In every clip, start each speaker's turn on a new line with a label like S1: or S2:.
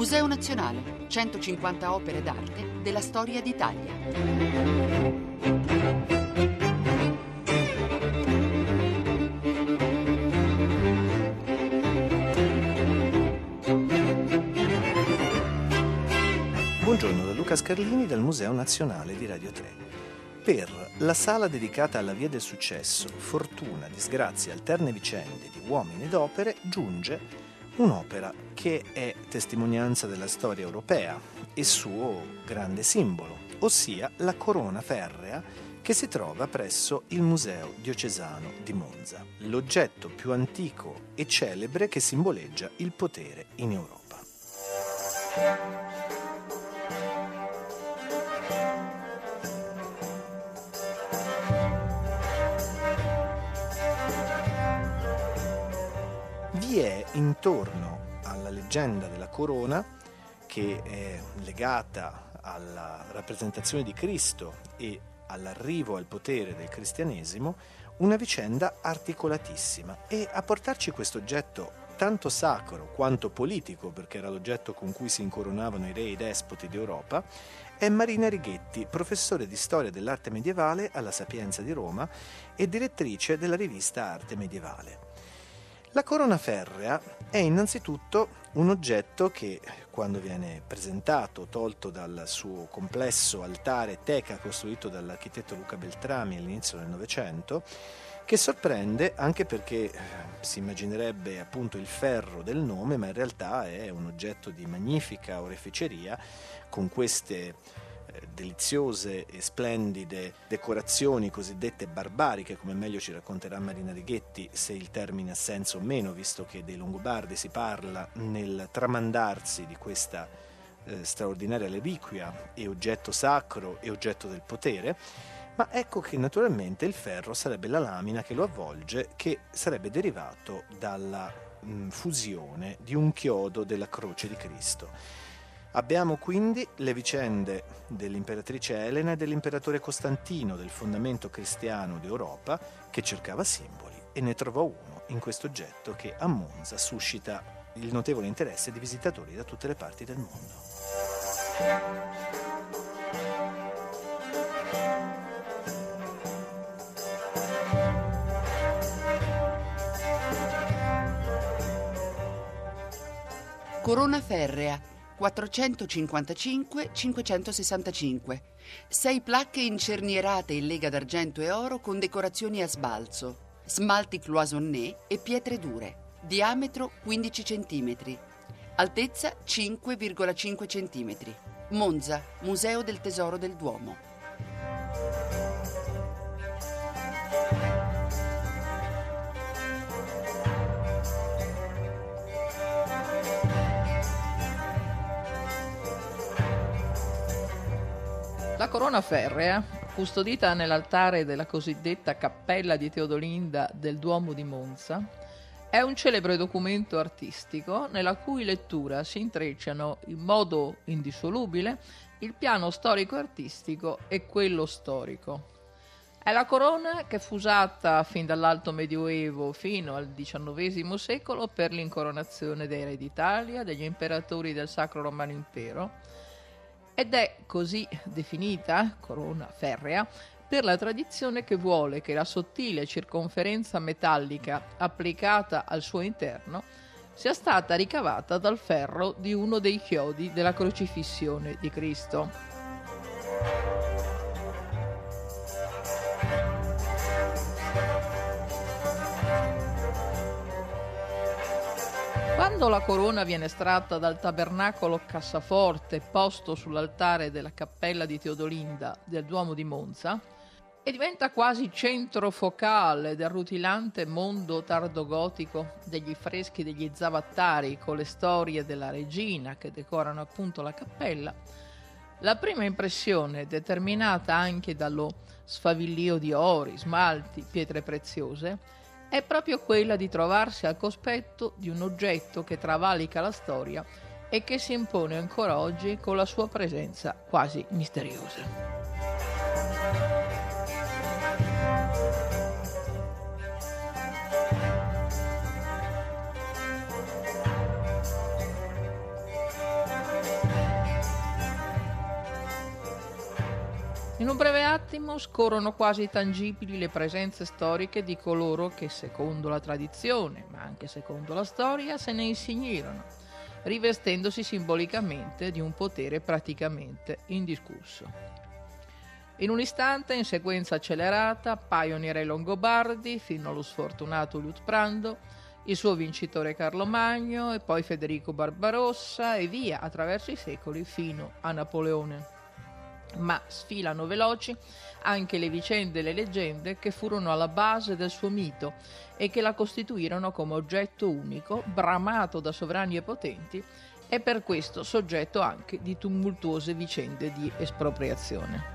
S1: Museo Nazionale, 150 opere d'arte della storia d'Italia.
S2: Buongiorno da Luca Scarlini del Museo Nazionale di Radio 3. Per la sala dedicata alla Via del Successo, fortuna, disgrazia, alterne vicende di uomini ed opere, giunge un'opera che è testimonianza della storia europea e suo grande simbolo, ossia la corona ferrea che si trova presso il Museo Diocesano di Monza, l'oggetto più antico e celebre che simboleggia il potere in Europa. Vi è intorno alla leggenda della corona, che è legata alla rappresentazione di Cristo e all'arrivo al potere del cristianesimo, una vicenda articolatissima, e a portarci questo oggetto tanto sacro quanto politico, perché era l'oggetto con cui si incoronavano i re e i despoti d'Europa, è Marina Righetti, professore di storia dell'arte medievale alla Sapienza di Roma e direttrice della rivista Arte Medievale. La corona ferrea è innanzitutto un oggetto che, quando viene presentato, tolto dal suo complesso altare teca costruito dall'architetto Luca Beltrami all'inizio del Novecento, che sorprende anche perché si immaginerebbe appunto il ferro del nome, ma in realtà è un oggetto di magnifica oreficeria con queste deliziose e splendide decorazioni cosiddette barbariche, come meglio ci racconterà Marina Righetti, se il termine ha senso o meno, visto che dei Longobardi si parla nel tramandarsi di questa straordinaria reliquia e oggetto sacro e oggetto del potere. Ma ecco che naturalmente il ferro sarebbe la lamina che lo avvolge, che sarebbe derivato dalla fusione di un chiodo della croce di Cristo. Abbiamo quindi le vicende dell'imperatrice Elena e dell'imperatore Costantino, del fondamento cristiano d'Europa, che cercava simboli e ne trovò uno in questo oggetto che a Monza suscita il notevole interesse di visitatori da tutte le parti del mondo.
S1: Corona ferrea 455-565, 6 placche incernierate in lega d'argento e oro con decorazioni a sbalzo, smalti cloisonné e pietre dure, diametro 15 cm, altezza 5,5 cm. Monza, Museo del Tesoro del Duomo.
S3: La corona ferrea, custodita nell'altare della cosiddetta Cappella di Teodolinda del Duomo di Monza, è un celebre documento artistico nella cui lettura si intrecciano in modo indissolubile il piano storico-artistico e quello storico. È la corona che fu usata fin dall'Alto Medioevo fino al XIX secolo per l'incoronazione dei re d'Italia, degli imperatori del Sacro Romano Impero, ed è così definita corona ferrea per la tradizione che vuole che la sottile circonferenza metallica applicata al suo interno sia stata ricavata dal ferro di uno dei chiodi della crocifissione di Cristo. Quando la corona viene estratta dal tabernacolo cassaforte posto sull'altare della Cappella di Teodolinda del Duomo di Monza e diventa quasi centro focale del rutilante mondo tardogotico degli affreschi degli Zavattari con le storie della regina che decorano appunto la cappella, la prima impressione, determinata anche dallo sfavillio di ori, smalti, pietre preziose, è proprio quella di trovarsi al cospetto di un oggetto che travalica la storia e che si impone ancora oggi con la sua presenza quasi misteriosa. In un breve attimo scorrono quasi tangibili le presenze storiche di coloro che, secondo la tradizione, ma anche secondo la storia, se ne insignirono, rivestendosi simbolicamente di un potere praticamente indiscusso. In un istante, in sequenza accelerata, appaiono i re longobardi fino allo sfortunato Liutprando, il suo vincitore Carlo Magno e poi Federico Barbarossa e via attraverso i secoli fino a Napoleone. Ma sfilano veloci anche le vicende e le leggende che furono alla base del suo mito e che la costituirono come oggetto unico, bramato da sovrani e potenti e per questo soggetto anche di tumultuose vicende di espropriazione.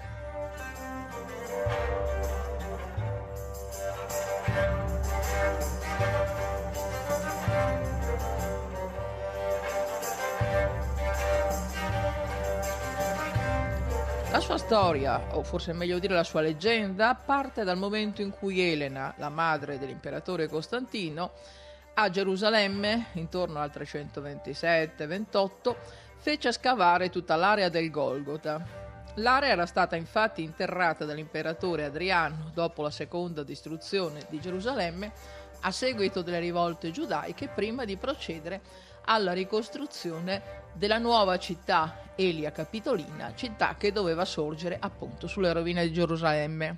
S3: La sua storia, o forse è meglio dire la sua leggenda, parte dal momento in cui Elena, la madre dell'imperatore Costantino, a Gerusalemme, intorno al 327-28, fece scavare tutta l'area del Golgota. L'area era stata infatti interrata dall'imperatore Adriano dopo la seconda distruzione di Gerusalemme a seguito delle rivolte giudaiche prima di procedere alla ricostruzione della nuova città Elia Capitolina, città che doveva sorgere appunto sulle rovine di Gerusalemme.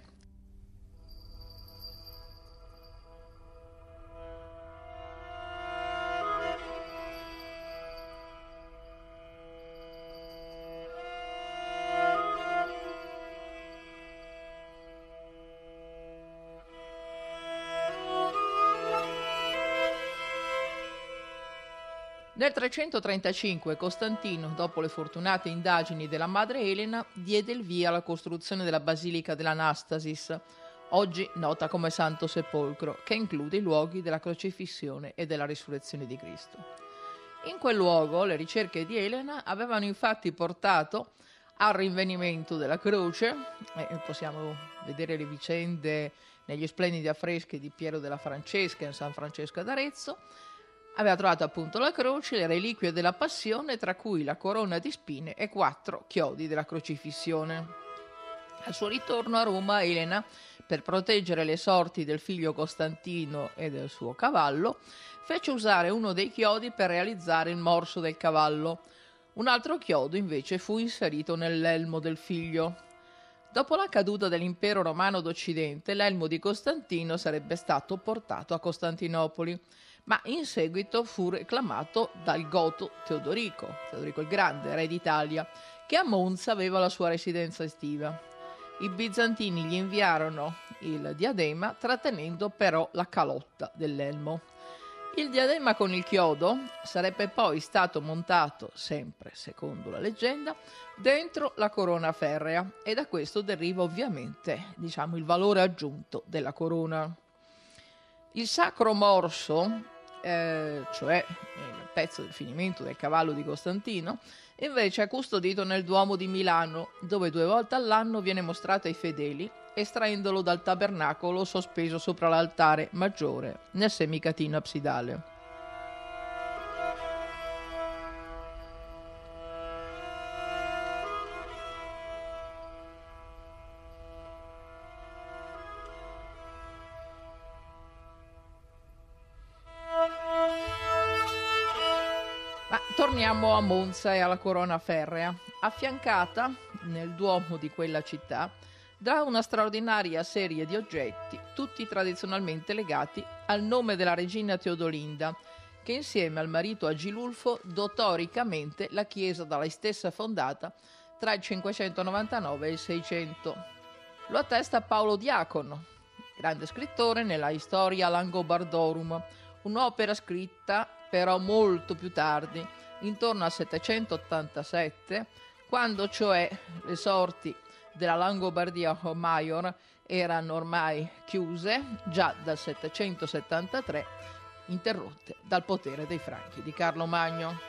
S3: Nel 335 Costantino, dopo le fortunate indagini della madre Elena, diede il via alla costruzione della Basilica dell'Anastasis, oggi nota come Santo Sepolcro, che include i luoghi della crocifissione e della risurrezione di Cristo. In quel luogo le ricerche di Elena avevano infatti portato al rinvenimento della croce, possiamo vedere le vicende negli splendidi affreschi di Piero della Francesca in San Francesco d'Arezzo. Aveva trovato appunto la croce, le reliquie della passione, tra cui la corona di spine e 4 chiodi della crocifissione. Al suo ritorno a Roma, Elena, per proteggere le sorti del figlio Costantino e del suo cavallo, fece usare uno dei chiodi per realizzare il morso del cavallo. Un altro chiodo invece fu inserito nell'elmo del figlio. Dopo la caduta dell'impero romano d'Occidente, l'elmo di Costantino sarebbe stato portato a Costantinopoli, ma in seguito fu reclamato dal goto Teodorico il Grande, re d'Italia, che a Monza aveva la sua residenza estiva. I bizantini gli inviarono il diadema, trattenendo però la calotta dell'elmo. Il diadema con il chiodo sarebbe poi stato montato, sempre secondo la leggenda, dentro la corona ferrea e da questo deriva ovviamente, il valore aggiunto della corona. Il sacro morso, cioè il pezzo del finimento del cavallo di Costantino, invece è custodito nel Duomo di Milano, dove 2 volte all'anno viene mostrato ai fedeli, estraendolo dal tabernacolo sospeso sopra l'altare maggiore nel semicatino absidale. Ma torniamo a Monza e alla corona ferrea, affiancata nel Duomo di quella città da una straordinaria serie di oggetti, tutti tradizionalmente legati al nome della regina Teodolinda, che insieme al marito Agilulfo dotò riccamente la chiesa da lei stessa fondata tra il 599 e il 600. Lo attesta Paolo Diacono, grande scrittore nella Historia Langobardorum, un'opera scritta però molto più tardi, intorno al 787, quando cioè le sorti della Langobardia Maior erano ormai chiuse già dal 773, interrotte dal potere dei Franchi di Carlo Magno.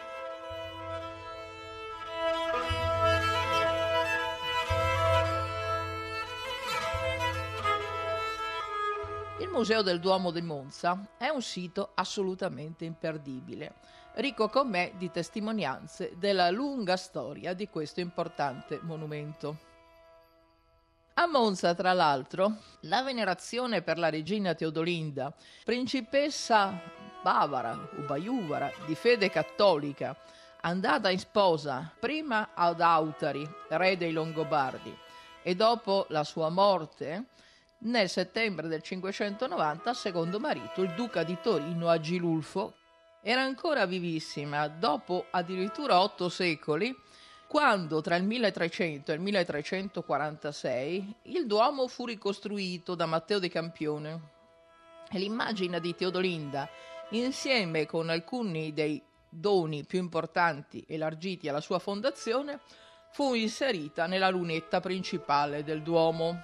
S3: Il Museo del Duomo di Monza è un sito assolutamente imperdibile, ricco com'è di testimonianze della lunga storia di questo importante monumento. A Monza, tra l'altro, la venerazione per la regina Teodolinda, principessa bavara o baiuvara di fede cattolica, andata in sposa prima ad Autari, re dei Longobardi, e dopo la sua morte, nel settembre del 590, al secondo marito, il duca di Torino Agilulfo, era ancora vivissima dopo addirittura 8 secoli, quando tra il 1300 e il 1346 il Duomo fu ricostruito da Matteo de Campione e l'immagine di Teodolinda, insieme con alcuni dei doni più importanti elargiti alla sua fondazione, fu inserita nella lunetta principale del Duomo.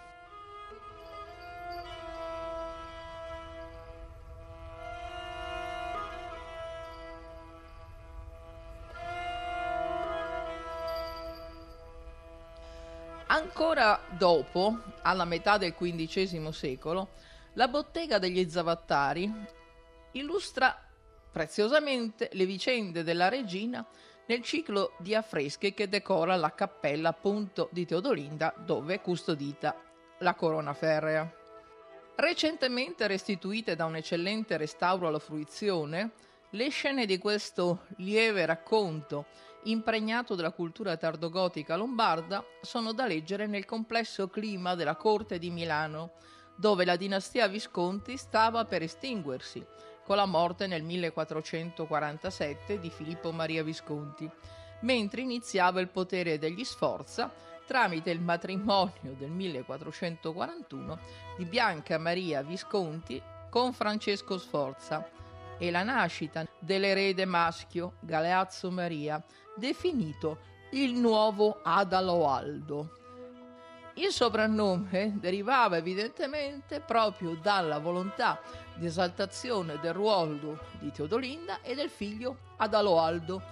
S3: Ancora dopo, alla metà del XV secolo, la bottega degli Zavattari illustra preziosamente le vicende della regina nel ciclo di affreschi che decora la cappella appunto di Teodolinda, dove è custodita la corona ferrea. Recentemente restituite da un eccellente restauro alla fruizione, le scene di questo lieve racconto impregnato della cultura tardogotica lombarda sono da leggere nel complesso clima della corte di Milano, dove la dinastia Visconti stava per estinguersi con la morte nel 1447 di Filippo Maria Visconti, mentre iniziava il potere degli Sforza tramite il matrimonio del 1441 di Bianca Maria Visconti con Francesco Sforza e la nascita dell'erede maschio Galeazzo Maria, definito il nuovo Adaloaldo. Il soprannome derivava evidentemente proprio dalla volontà di esaltazione del ruolo di Teodolinda e del figlio Adaloaldo.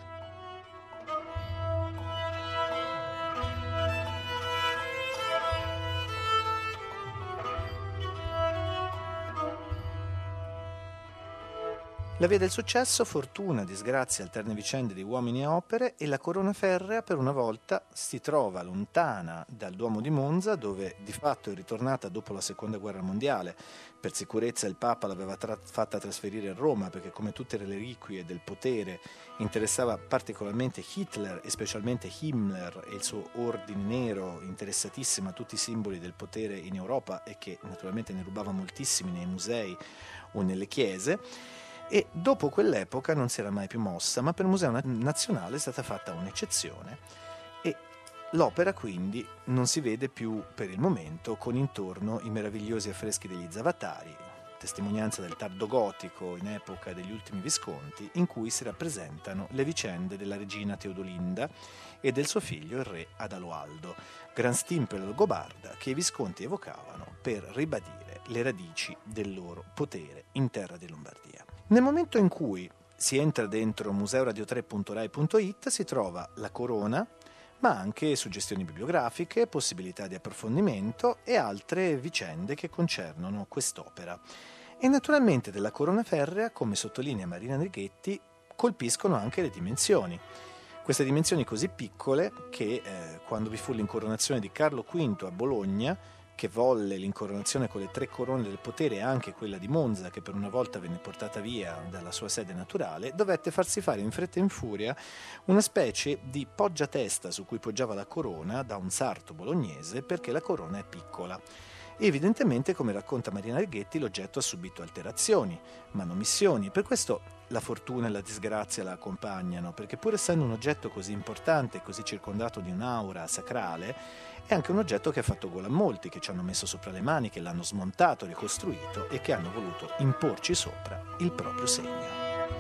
S2: La via del successo, fortuna, disgrazia, alterne vicende di uomini e opere, e la corona ferrea per una volta si trova lontana dal Duomo di Monza, dove di fatto è ritornata dopo la Seconda Guerra Mondiale. Per sicurezza il Papa l'aveva fatta trasferire a Roma, perché come tutte le reliquie del potere interessava particolarmente Hitler e specialmente Himmler e il suo ordine nero, interessatissimo a tutti i simboli del potere in Europa e che naturalmente ne rubava moltissimi nei musei o nelle chiese. E dopo quell'epoca non si era mai più mossa, ma per il Museo Nazionale è stata fatta un'eccezione e l'opera quindi non si vede più per il momento, con intorno i meravigliosi affreschi degli Zavattari, testimonianza del tardo gotico in epoca degli ultimi Visconti, in cui si rappresentano le vicende della regina Teodolinda e del suo figlio il re Adaloaldo, gran stimpelo longobarda che i Visconti evocavano per ribadire le radici del loro potere in terra di Lombardia. Nel momento in cui si entra dentro museoradio3.rai.it si trova la corona, ma anche suggestioni bibliografiche, possibilità di approfondimento e altre vicende che concernono quest'opera. E naturalmente della corona ferrea, come sottolinea Marina Righetti, colpiscono anche le dimensioni. Queste dimensioni così piccole che quando vi fu l'incoronazione di Carlo V a Bologna, che volle l'incoronazione con le 3 corone del potere e anche quella di Monza, che per una volta venne portata via dalla sua sede naturale, dovette farsi fare in fretta e in furia una specie di poggiatesta su cui poggiava la corona da un sarto bolognese, perché la corona è piccola. Evidentemente, come racconta Marina Righetti, l'oggetto ha subito alterazioni, manomissioni, per questo la fortuna e la disgrazia la accompagnano, perché pur essendo un oggetto così importante e così circondato di un'aura sacrale, è anche un oggetto che ha fatto gola a molti, che ci hanno messo sopra le mani, che l'hanno smontato, ricostruito e che hanno voluto imporci sopra il proprio segno.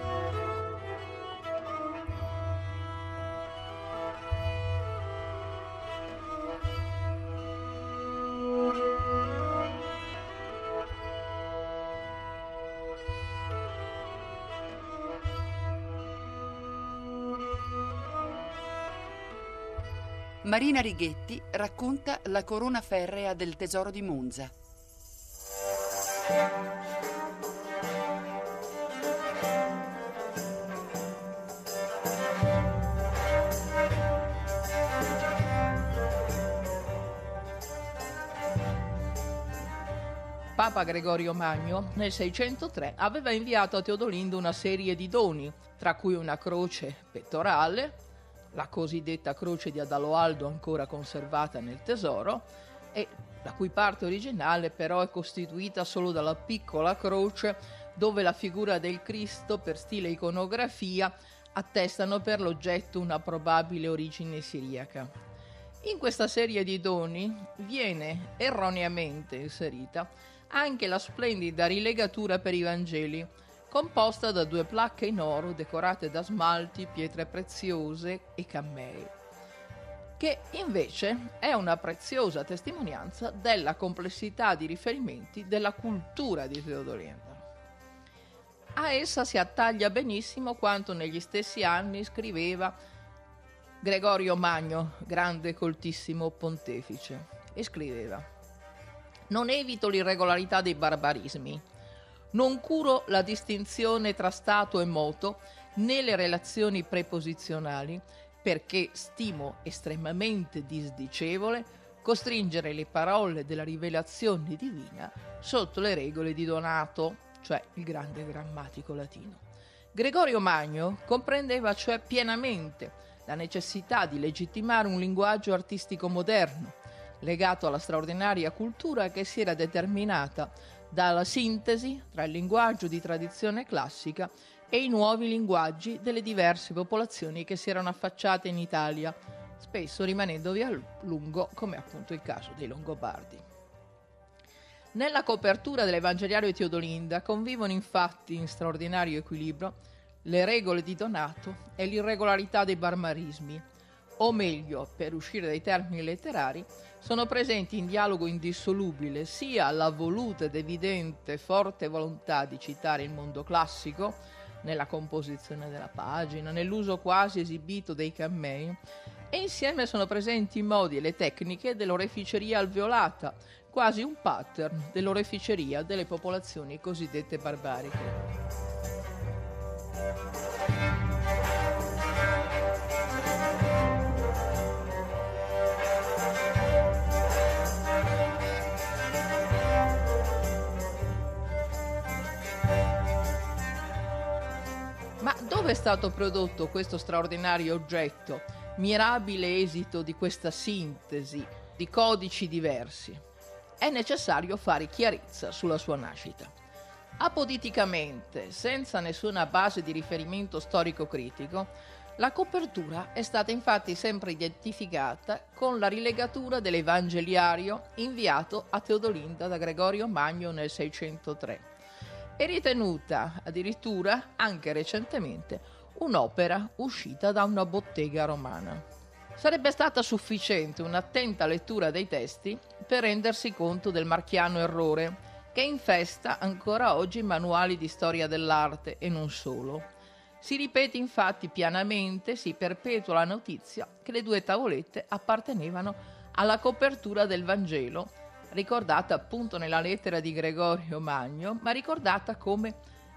S1: Marina Righetti racconta la corona ferrea del tesoro di Monza.
S3: Papa Gregorio Magno nel 603 aveva inviato a Teodolindo una serie di doni, tra cui una croce pettorale, la cosiddetta croce di Adaloaldo ancora conservata nel tesoro, e la cui parte originale però è costituita solo dalla piccola croce dove la figura del Cristo per stile iconografia attestano per l'oggetto una probabile origine siriaca. In questa serie di doni viene erroneamente inserita anche la splendida rilegatura per i Vangeli, composta da 2 placche in oro decorate da smalti, pietre preziose e cammei, che invece è una preziosa testimonianza della complessità di riferimenti della cultura di Teodolinda. A essa si attaglia benissimo quanto negli stessi anni scriveva Gregorio Magno, grande e coltissimo pontefice, e scriveva: «Non evito l'irregolarità dei barbarismi, non curo la distinzione tra stato e moto né le relazioni preposizionali, perché stimo estremamente disdicevole costringere le parole della rivelazione divina sotto le regole di Donato», cioè il grande grammatico latino. Gregorio Magno comprendeva cioè pienamente la necessità di legittimare un linguaggio artistico moderno, legato alla straordinaria cultura che si era determinata dalla sintesi tra il linguaggio di tradizione classica e i nuovi linguaggi delle diverse popolazioni che si erano affacciate in Italia, spesso rimanendovi a lungo, come appunto il caso dei Longobardi. Nella copertura dell'Evangeliario di Teodolinda convivono infatti in straordinario equilibrio le regole di Donato e l'irregolarità dei barbarismi, o meglio, per uscire dai termini letterari, sono presenti in dialogo indissolubile sia la voluta ed evidente forte volontà di citare il mondo classico, nella composizione della pagina, nell'uso quasi esibito dei cammei, e insieme sono presenti i modi e le tecniche dell'oreficeria alveolata, quasi un pattern dell'oreficeria delle popolazioni cosiddette barbariche. Ma dove è stato prodotto questo straordinario oggetto, mirabile esito di questa sintesi di codici diversi? È necessario fare chiarezza sulla sua nascita. Apoditicamente, senza nessuna base di riferimento storico-critico, la copertura è stata infatti sempre identificata con la rilegatura dell'Evangeliario inviato a Teodolinda da Gregorio Magno nel 603 e ritenuta addirittura anche recentemente un'opera uscita da una bottega romana. Sarebbe stata sufficiente un'attenta lettura dei testi per rendersi conto del marchiano errore che infesta ancora oggi i manuali di storia dell'arte e non solo. Si ripete infatti pianamente, si perpetua la notizia che le 2 tavolette appartenevano alla copertura del Vangelo, ricordata appunto nella lettera di Gregorio Magno, ma ricordata come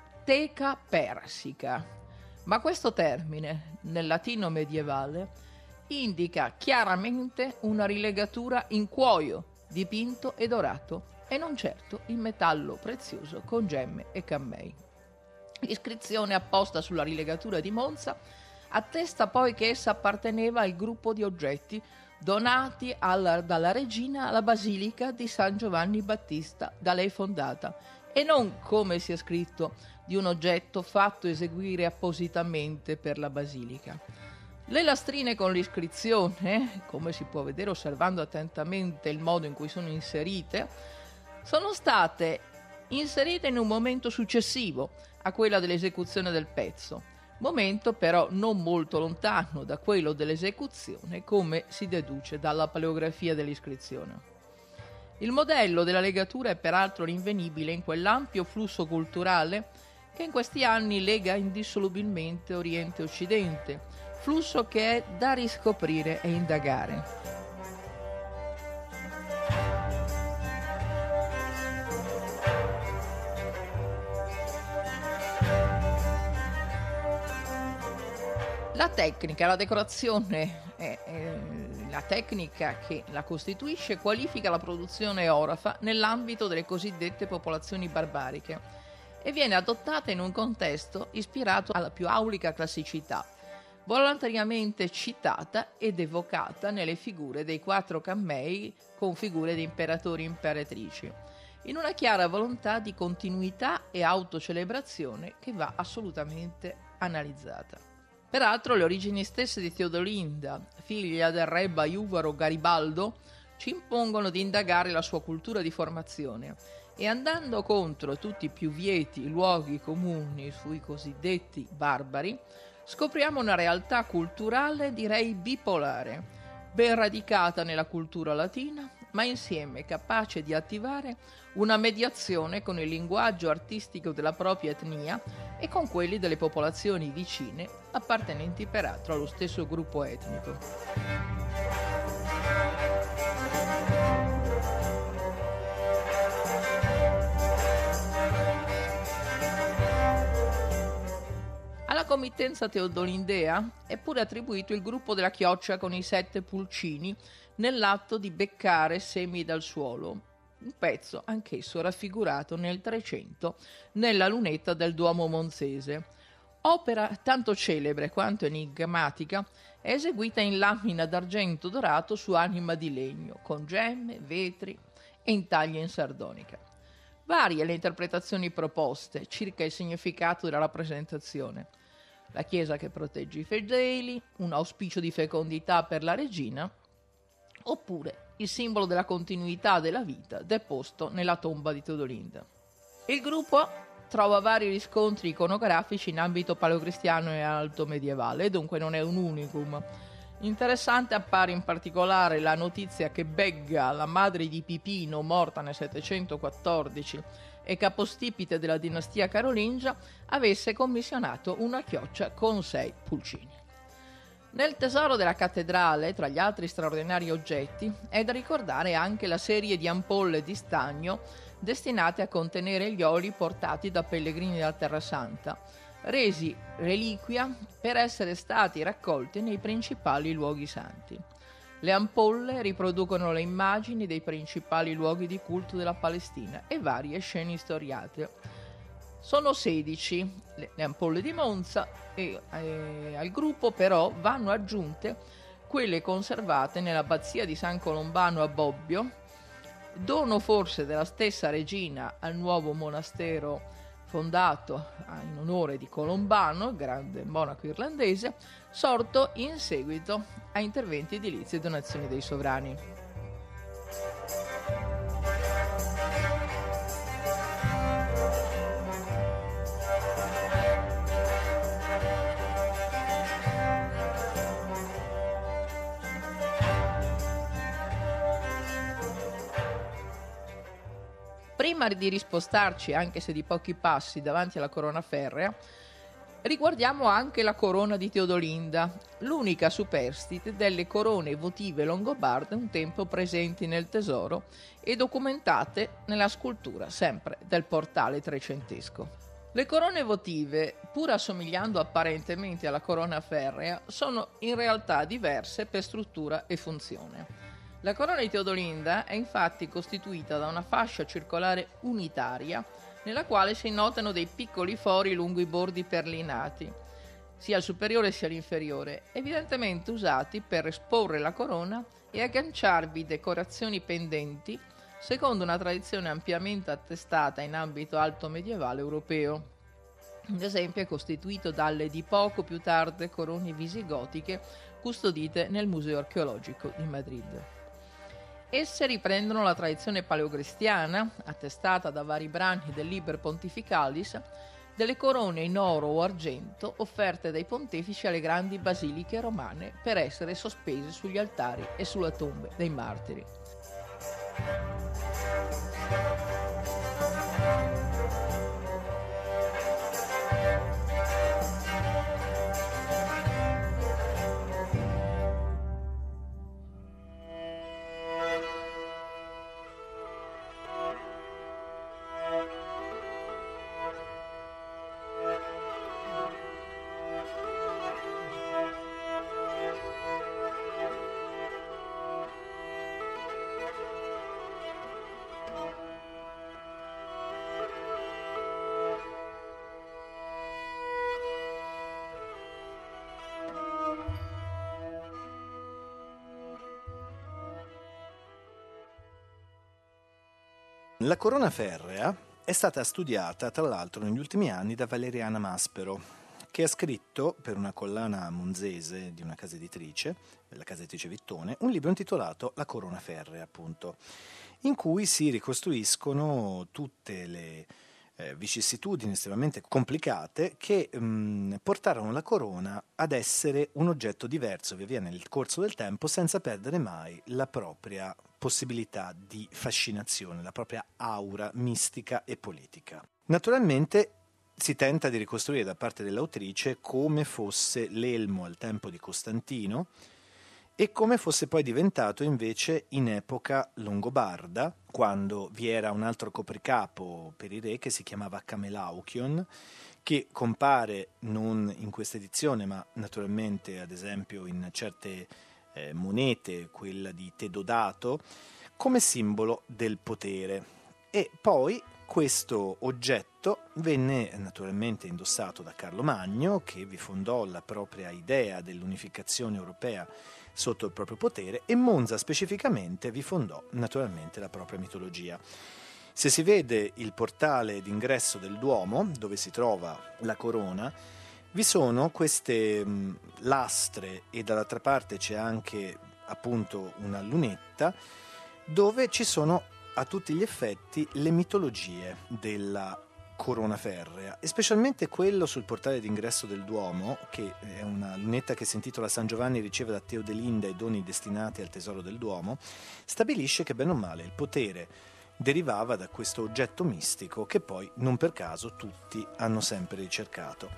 S3: teca persica. Ma questo termine, nel latino medievale, indica chiaramente una rilegatura in cuoio, dipinto e dorato, e non certo in metallo prezioso con gemme e cammei. L'iscrizione apposta sulla rilegatura di Monza attesta poi che essa apparteneva al gruppo di oggetti donati dalla regina alla Basilica di San Giovanni Battista, da lei fondata, e non, come si è scritto, di un oggetto fatto eseguire appositamente per la Basilica. Le lastrine con l'iscrizione, come si può vedere osservando attentamente il modo in cui sono inserite, sono state inserite in un momento successivo a quella dell'esecuzione del pezzo, momento però non molto lontano da quello dell'esecuzione, come si deduce dalla paleografia dell'iscrizione. Il modello della legatura è peraltro rinvenibile in quell'ampio flusso culturale che in questi anni lega indissolubilmente Oriente e Occidente, flusso che è da riscoprire e indagare. La tecnica, la decorazione e la tecnica che la costituisce qualifica la produzione orafa nell'ambito delle cosiddette popolazioni barbariche e viene adottata in un contesto ispirato alla più aulica classicità, volontariamente citata ed evocata nelle figure dei 4 cammei con figure di imperatori e imperatrici, in una chiara volontà di continuità e autocelebrazione che va assolutamente analizzata. Peraltro le origini stesse di Teodolinda, figlia del re baiuvaro Garibaldo, ci impongono di indagare la sua cultura di formazione e andando contro tutti i più vieti luoghi comuni sui cosiddetti barbari, scopriamo una realtà culturale direi bipolare, ben radicata nella cultura latina, ma insieme capace di attivare una mediazione con il linguaggio artistico della propria etnia e con quelli delle popolazioni vicine, appartenenti peraltro allo stesso gruppo etnico. Alla committenza teodolindea è pure attribuito il gruppo della chioccia con i 7 pulcini nell'atto di beccare semi dal suolo, un pezzo anch'esso raffigurato nel 300 nella lunetta del Duomo monzese. Opera tanto celebre quanto enigmatica, è eseguita in lamina d'argento dorato su anima di legno, con gemme, vetri e intagli in sardonica. Varie le interpretazioni proposte circa il significato della rappresentazione. La chiesa che protegge i fedeli, un auspicio di fecondità per la regina, oppure il simbolo della continuità della vita deposto nella tomba di Teodolinda. Il gruppo trova vari riscontri iconografici in ambito paleocristiano e alto medievale, dunque non è un unicum. Interessante appare in particolare la notizia che Begga, la madre di Pipino, morta nel 714 e capostipite della dinastia carolingia, avesse commissionato una chioccia con 6 pulcini. Nel tesoro della cattedrale, tra gli altri straordinari oggetti, è da ricordare anche la serie di ampolle di stagno destinate a contenere gli oli portati da pellegrini della Terra Santa, resi reliquia per essere stati raccolti nei principali luoghi santi. Le ampolle riproducono le immagini dei principali luoghi di culto della Palestina e varie scene storiate. Sono 16 le ampolle di Monza e al gruppo però vanno aggiunte quelle conservate nell'abbazia di San Colombano a Bobbio, dono forse della stessa regina al nuovo monastero fondato in onore di Colombano, grande monaco irlandese, sorto in seguito a interventi edilizi e donazioni dei sovrani. Prima di rispostarci, anche se di pochi passi, davanti alla corona ferrea, riguardiamo anche la corona di Teodolinda, l'unica superstite delle corone votive longobarde un tempo presenti nel tesoro e documentate nella scultura sempre del portale trecentesco. Le corone votive, pur assomigliando apparentemente alla corona ferrea, sono in realtà diverse per struttura e funzione. La corona di Teodolinda è infatti costituita da una fascia circolare unitaria nella quale si notano dei piccoli fori lungo i bordi perlinati, sia al superiore sia all'inferiore, evidentemente usati per esporre la corona e agganciarvi decorazioni pendenti secondo una tradizione ampiamente attestata in ambito alto medievale europeo. Ad esempio è costituito dalle di poco più tarde corone visigotiche custodite nel Museo archeologico di Madrid. Esse riprendono la tradizione paleocristiana, attestata da vari brani del Liber Pontificalis, delle corone in oro o argento offerte dai pontefici alle grandi basiliche romane per essere sospese sugli altari e sulle tombe dei martiri.
S2: La corona ferrea è stata studiata tra l'altro negli ultimi anni da Valeriana Maspero, che ha scritto per una collana monzese di una casa editrice, la casa editrice Vittone, un libro intitolato La corona ferrea, appunto, in cui si ricostruiscono tutte le vicissitudini estremamente complicate che portarono la corona ad essere un oggetto diverso via via nel corso del tempo, senza perdere mai la propria possibilità di fascinazione, la propria aura mistica e politica. Naturalmente si tenta di ricostruire da parte dell'autrice come fosse l'elmo al tempo di Costantino e come fosse poi diventato invece in epoca longobarda, quando vi era un altro copricapo per i re che si chiamava Camelauchion, che compare non in questa edizione ma naturalmente ad esempio in certe monete, quella di Tedodato, come simbolo del potere. E poi questo oggetto venne naturalmente indossato da Carlo Magno, che vi fondò la propria idea dell'unificazione europea sotto il proprio potere, e Monza specificamente vi fondò naturalmente la propria mitologia. Se si vede il portale d'ingresso del Duomo, dove si trova la corona, vi sono queste lastre e dall'altra parte c'è anche appunto una lunetta dove ci sono a tutti gli effetti le mitologie della corona ferrea, e specialmente quello sul portale d'ingresso del Duomo, che è una lunetta che si intitola San Giovanni riceve da Teodelinda i doni destinati al tesoro del Duomo, stabilisce che bene o male il potere derivava da questo oggetto mistico che poi non per caso tutti hanno sempre ricercato.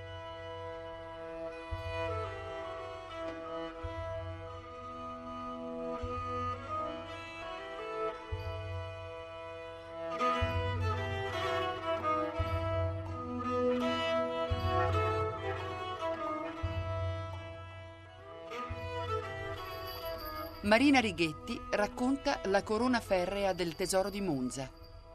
S1: Marina Righetti racconta la corona ferrea del tesoro di Monza.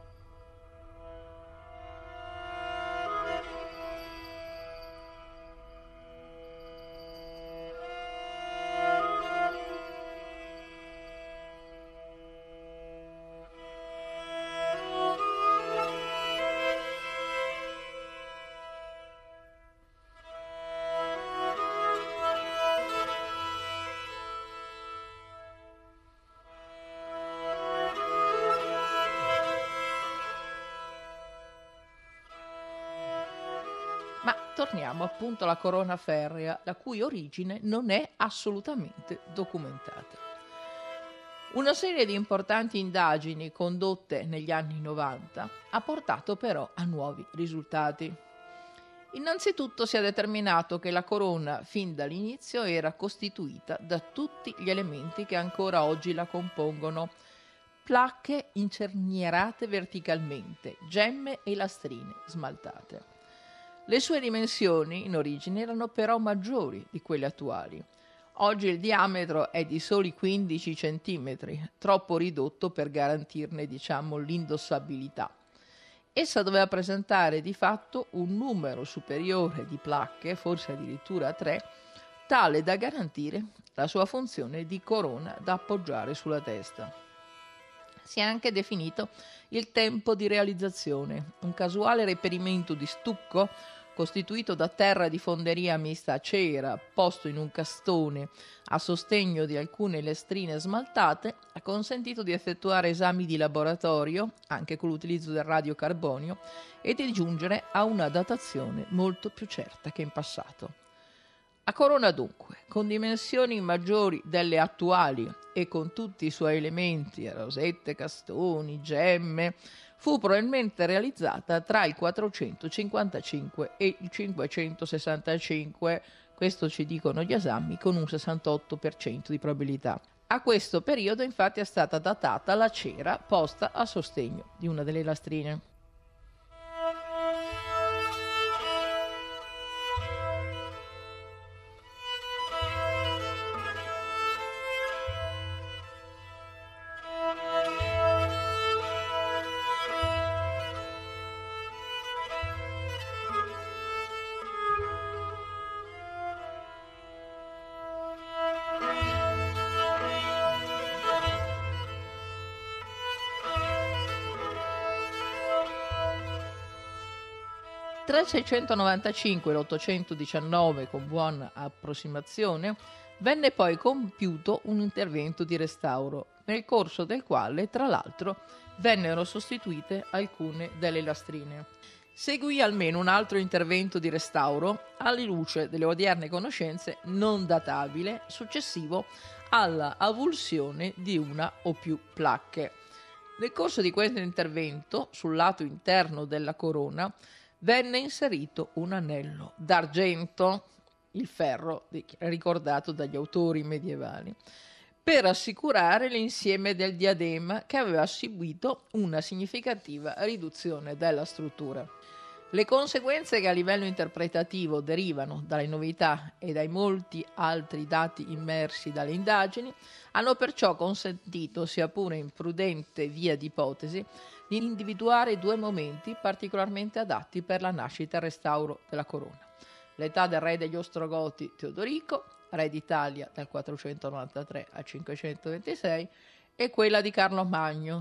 S3: Ma torniamo appunto alla corona ferrea, la cui origine non è assolutamente documentata. Una serie di importanti indagini condotte negli anni 90 ha portato però a nuovi risultati. Innanzitutto si è determinato che la corona fin dall'inizio era costituita da tutti gli elementi che ancora oggi la compongono: placche incernierate verticalmente, gemme e lastrine smaltate. Le sue dimensioni in origine erano però maggiori di quelle attuali. Oggi il diametro è di soli 15 cm, troppo ridotto per garantirne, l'indossabilità. Essa doveva presentare di fatto un numero superiore di placche, forse addirittura 3, tale da garantire la sua funzione di corona da appoggiare sulla testa. Si è anche definito il tempo di realizzazione, un casuale reperimento di stucco costituito da terra di fonderia mista a cera, posto in un castone a sostegno di alcune lastrine smaltate, ha consentito di effettuare esami di laboratorio, anche con l'utilizzo del radiocarbonio, e di giungere a una datazione molto più certa che in passato. A corona dunque, con dimensioni maggiori delle attuali e con tutti i suoi elementi, rosette, castoni, gemme, fu probabilmente realizzata tra il 455 e il 565, questo ci dicono gli esami, con un 68% di probabilità. A questo periodo infatti è stata datata la cera posta a sostegno di una delle lastrine. Tra il 695 e l'819, con buona approssimazione, venne poi compiuto un intervento di restauro, nel corso del quale, tra l'altro, vennero sostituite alcune delle lastrine. Seguì almeno un altro intervento di restauro, alla luce delle odierne conoscenze non databile, successivo alla avulsione di una o più placche. Nel corso di questo intervento, sul lato interno della corona, venne inserito un anello d'argento, il ferro ricordato dagli autori medievali, per assicurare l'insieme del diadema, che aveva subito una significativa riduzione della struttura. Le conseguenze che a livello interpretativo derivano dalle novità e dai molti altri dati immersi dalle indagini hanno perciò consentito, sia pure in prudente via di ipotesi, di individuare due momenti particolarmente adatti per la nascita e il restauro della corona: l'età del re degli Ostrogoti Teodorico, re d'Italia dal 493 al 526, e quella di Carlo Magno,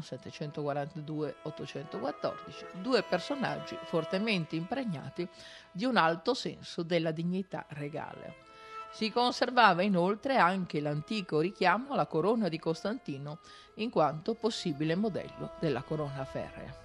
S3: 742-814, due personaggi fortemente impregnati di un alto senso della dignità regale. Si conservava inoltre anche l'antico richiamo alla corona di Costantino, in quanto possibile modello della corona ferrea.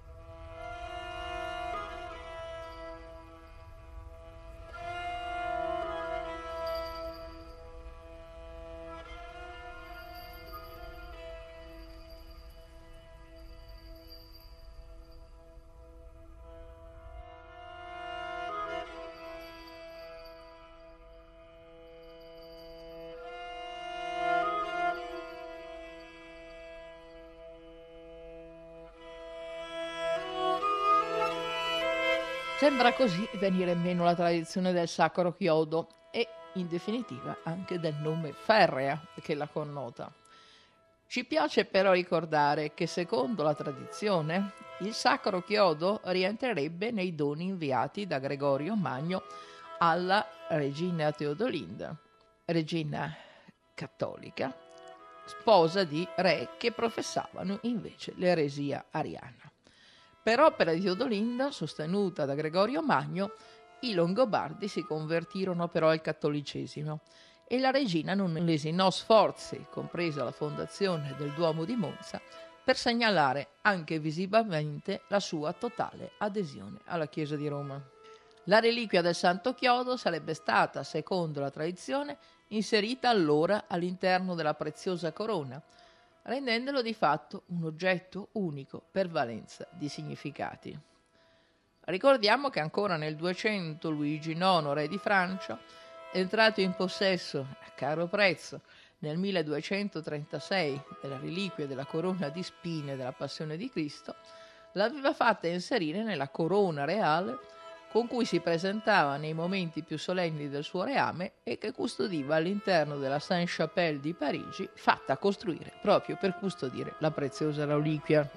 S3: Sembra così venire meno la tradizione del sacro chiodo e, in definitiva, anche del nome ferrea che la connota. Ci piace però ricordare che, secondo la tradizione, il sacro chiodo rientrerebbe nei doni inviati da Gregorio Magno alla regina Teodolinda, regina cattolica, sposa di re che professavano invece l'eresia ariana. Per opera di Teodolinda, sostenuta da Gregorio Magno, i Longobardi si convertirono però al cattolicesimo e la regina non lesinò sforzi, compresa la fondazione del Duomo di Monza, per segnalare anche visivamente la sua totale adesione alla Chiesa di Roma. La reliquia del Santo Chiodo sarebbe stata, secondo la tradizione, inserita allora all'interno della preziosa corona, rendendolo di fatto un oggetto unico per valenza di significati. Ricordiamo che ancora nel 200 Luigi IX, re di Francia, entrato in possesso a caro prezzo nel 1236 della reliquia della corona di spine della Passione di Cristo, l'aveva fatta inserire nella corona reale con cui si presentava nei momenti più solenni del suo reame e che custodiva all'interno della Sainte-Chapelle di Parigi, fatta costruire proprio per custodire la preziosa reliquia.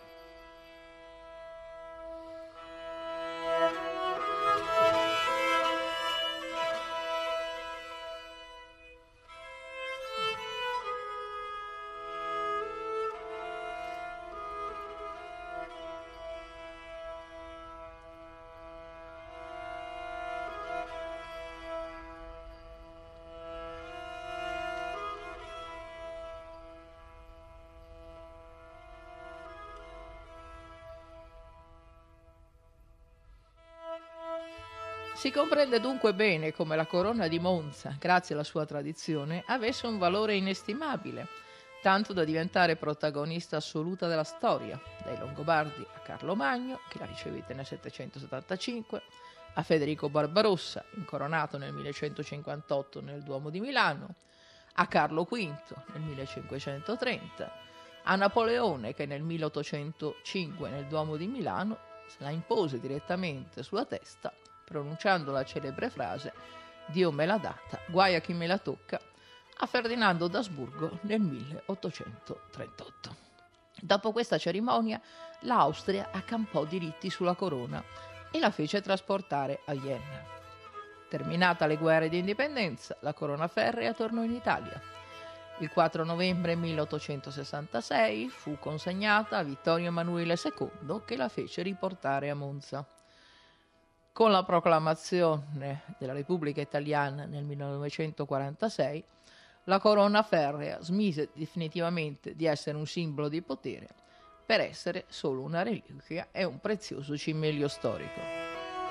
S3: Si comprende dunque bene come la corona di Monza, grazie alla sua tradizione, avesse un valore inestimabile, tanto da diventare protagonista assoluta della storia, dai Longobardi a Carlo Magno, che la ricevette nel 775, a Federico Barbarossa, incoronato nel 1158 nel Duomo di Milano, a Carlo V nel 1530, a Napoleone che nel 1805 nel Duomo di Milano se la impose direttamente sulla testa, pronunciando la celebre frase «Dio me l'ha data, guai a chi me la tocca», a Ferdinando d'Asburgo nel 1838. Dopo questa cerimonia, l'Austria accampò diritti sulla corona e la fece trasportare a Vienna. Terminata le guerre di indipendenza, la corona ferrea tornò in Italia. Il 4 novembre 1866 fu consegnata a Vittorio Emanuele II, che la fece riportare a Monza. Con la proclamazione della Repubblica Italiana nel 1946, la corona ferrea smise definitivamente di essere un simbolo di potere per essere solo una reliquia e un prezioso cimelio storico.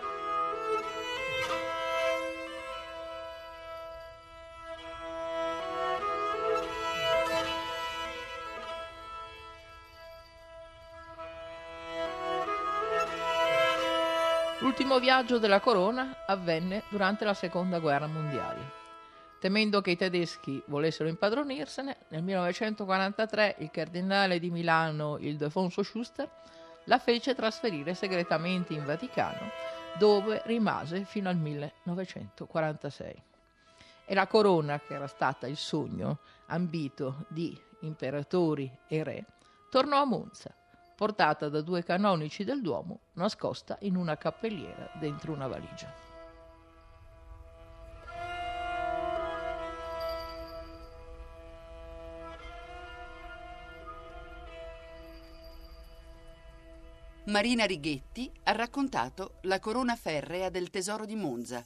S3: L'ultimo viaggio della corona avvenne durante la Seconda Guerra Mondiale. Temendo che i tedeschi volessero impadronirsene, nel 1943 il cardinale di Milano Ildefonso Schuster la fece trasferire segretamente in Vaticano, dove rimase fino al 1946. E la corona, che era stata il sogno ambito di imperatori e re, tornò a Monza, portata da 2 canonici del Duomo, nascosta in una cappelliera dentro una valigia.
S1: Marina Righetti ha raccontato la corona ferrea del tesoro di Monza.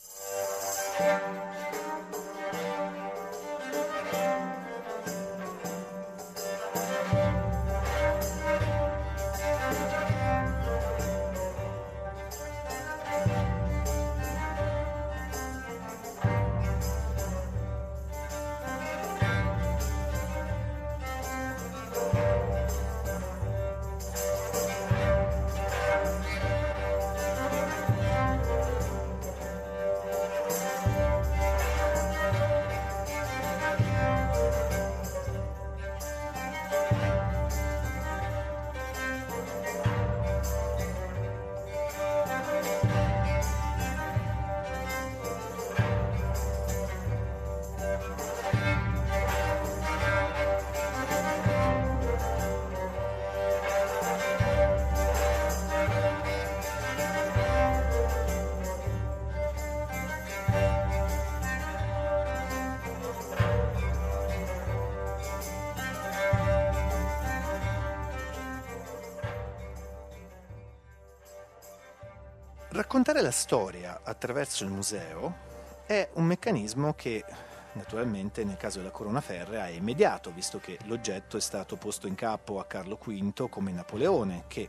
S2: Raccontare la storia attraverso il museo è un meccanismo che naturalmente nel caso della corona ferrea è immediato, visto che l'oggetto è stato posto in capo a Carlo V come Napoleone, che,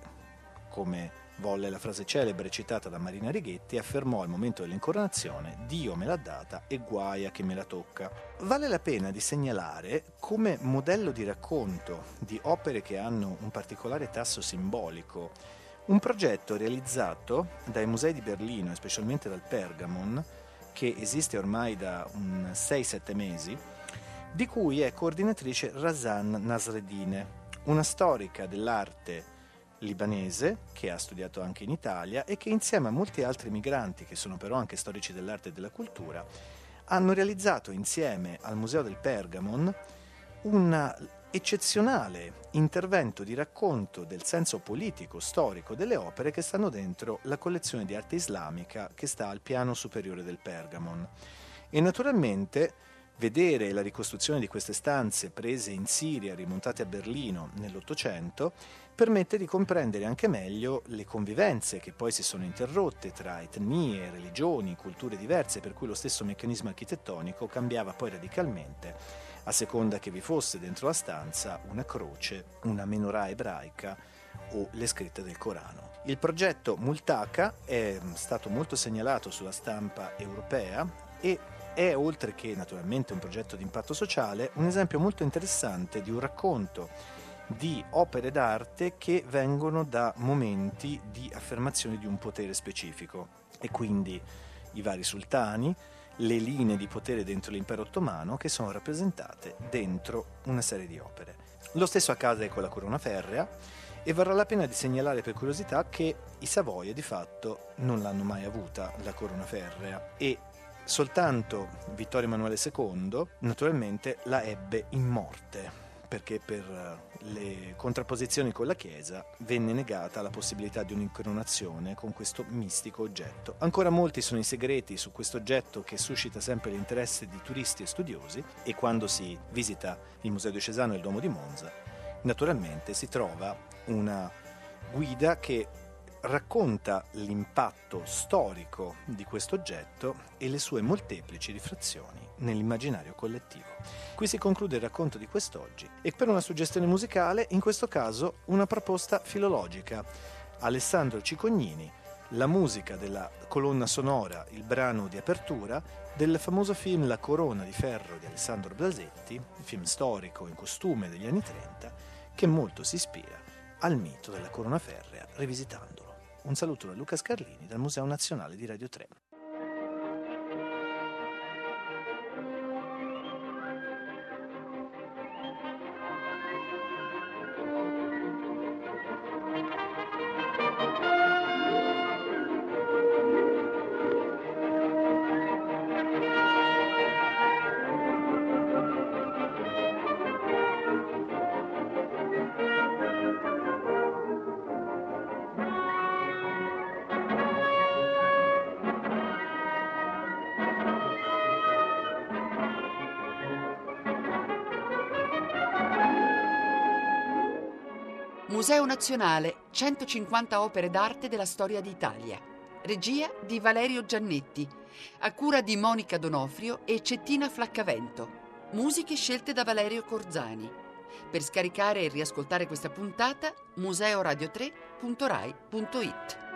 S2: come volle la frase celebre citata da Marina Righetti, affermò al momento dell'incoronazione: «Dio me l'ha data e guai a chi me la tocca». Vale la pena di segnalare come modello di racconto di opere che hanno un particolare tasso simbolico un progetto realizzato dai musei di Berlino e specialmente dal Pergamon, che esiste ormai da 6-7 mesi, di cui è coordinatrice Razan Nasreddine, una storica dell'arte libanese che ha studiato anche in Italia e che insieme a molti altri migranti, che sono però anche storici dell'arte e della cultura, hanno realizzato insieme al Museo del Pergamon un eccezionale intervento di racconto del senso politico, storico delle opere che stanno dentro la collezione di arte islamica che sta al piano superiore del Pergamon. E naturalmente vedere la ricostruzione di queste stanze prese in Siria, rimontate a Berlino nell'Ottocento, permette di comprendere anche meglio le convivenze che poi si sono interrotte tra etnie, religioni, culture diverse, per cui lo stesso meccanismo architettonico cambiava poi radicalmente a seconda che vi fosse dentro la stanza una croce, una menorah ebraica o le scritte del Corano. Il progetto Multaka è stato molto segnalato sulla stampa europea e è, oltre che naturalmente un progetto di impatto sociale, un esempio molto interessante di un racconto di opere d'arte che vengono da momenti di affermazione di un potere specifico, e quindi i vari sultani, le linee di potere dentro l'impero ottomano che sono rappresentate dentro una serie di opere. Lo stesso accade con la corona ferrea, e varrà la pena di segnalare per curiosità che i Savoia di fatto non l'hanno mai avuta la corona ferrea, e soltanto Vittorio Emanuele II naturalmente la ebbe in morte, perché per le contrapposizioni con la Chiesa venne negata la possibilità di un'incoronazione con questo mistico oggetto. Ancora molti sono i segreti su questo oggetto che suscita sempre l'interesse di turisti e studiosi, e quando si visita il Museo Diocesano e il Duomo di Monza, naturalmente si trova una guida che racconta l'impatto storico di questo oggetto e le sue molteplici riflessioni nell'immaginario collettivo. Qui si conclude il racconto di quest'oggi e per una suggestione musicale, in questo caso una proposta filologica. Alessandro Cicognini, la musica della colonna sonora, il brano di apertura del famoso film La corona di ferro di Alessandro Blasetti, film storico in costume degli anni 30, che molto si ispira al mito della corona ferrea rivisitandolo. Un saluto da Luca Scarlini dal Museo Nazionale di Radio 3.
S1: Museo Nazionale, 150 opere d'arte della storia d'Italia. Regia di Valerio Giannetti, a cura di Monica Donofrio e Cettina Flaccavento. Musiche scelte da Valerio Corzani. Per scaricare e riascoltare questa puntata, museoradio3.rai.it.